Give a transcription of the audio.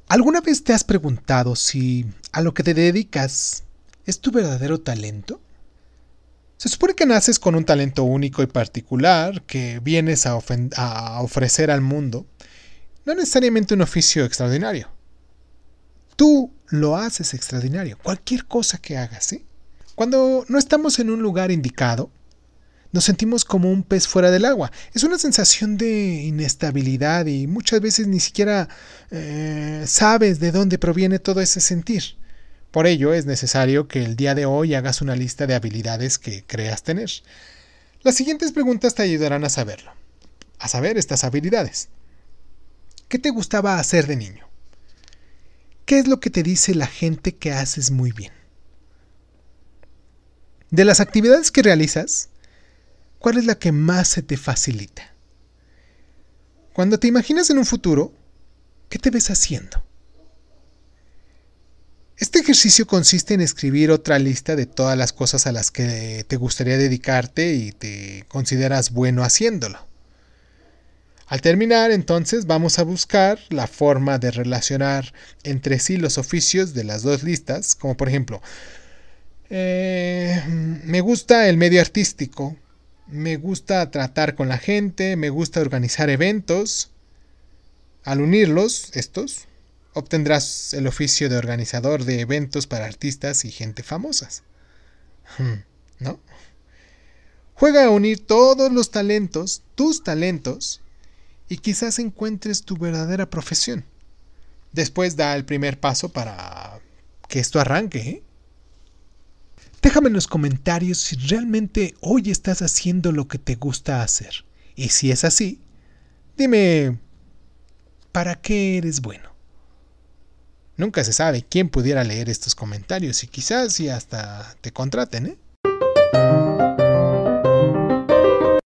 ¿Alguna vez te has preguntado si a lo que te dedicas es tu verdadero talento? Se supone que naces con un talento único y particular que vienes a ofrecer al mundo, no necesariamente un oficio extraordinario. Tú lo haces extraordinario, cualquier cosa que hagas, ¿sí? Cuando no estamos en un lugar indicado, nos sentimos como un pez fuera del agua. Es una sensación de inestabilidad y muchas veces ni siquiera sabes de dónde proviene todo ese sentir. Por ello es necesario que el día de hoy hagas una lista de habilidades que creas tener. Las siguientes preguntas te ayudarán a saberlo, a saber estas habilidades. ¿Qué te gustaba hacer de niño? ¿Qué es lo que te dice la gente que haces muy bien? De las actividades que realizas, ¿cuál es la que más se te facilita? Cuando te imaginas en un futuro, ¿qué te ves haciendo? Este ejercicio consiste en escribir otra lista de todas las cosas a las que te gustaría dedicarte y te consideras bueno haciéndolo. Al terminar, entonces, vamos a buscar la forma de relacionar entre sí los oficios de las dos listas, como por ejemplo, me gusta el medio artístico, me gusta tratar con la gente, me gusta organizar eventos. Al unirlos, estos, obtendrás el oficio de organizador de eventos para artistas y gente famosas. ¿No? Juega a unir todos los talentos, tus talentos, y quizás encuentres tu verdadera profesión. Después da el primer paso para que esto arranque, ¿eh? Déjame en los comentarios si realmente hoy estás haciendo lo que te gusta hacer. Y si es así, dime, ¿para qué eres bueno? Nunca se sabe quién pudiera leer estos comentarios y quizás y hasta te contraten, ¿eh?